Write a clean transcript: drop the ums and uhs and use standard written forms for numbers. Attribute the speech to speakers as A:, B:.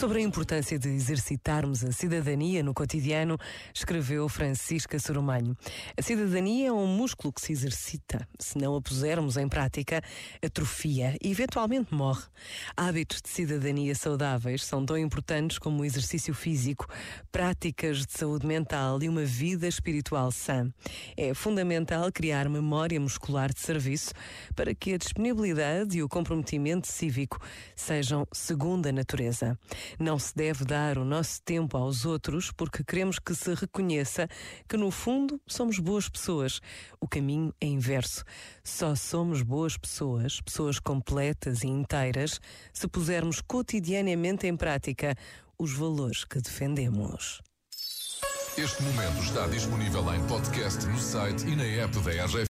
A: Sobre a importância de exercitarmos a cidadania no cotidiano, escreveu Francisca Soromanho. A cidadania é um músculo que se exercita. Se não a pusermos em prática, atrofia e eventualmente morre. Hábitos de cidadania saudáveis são tão importantes como o exercício físico, práticas de saúde mental e uma vida espiritual sã. É fundamental criar memória muscular de serviço para que a disponibilidade e o comprometimento cívico sejam segunda natureza. Não se deve dar o nosso tempo aos outros porque queremos que se reconheça que, no fundo, somos boas pessoas. O caminho é inverso. Só somos boas pessoas, pessoas completas e inteiras, se pusermos cotidianamente em prática os valores que defendemos.
B: Este momento está disponível em podcast no site e na app da RGF.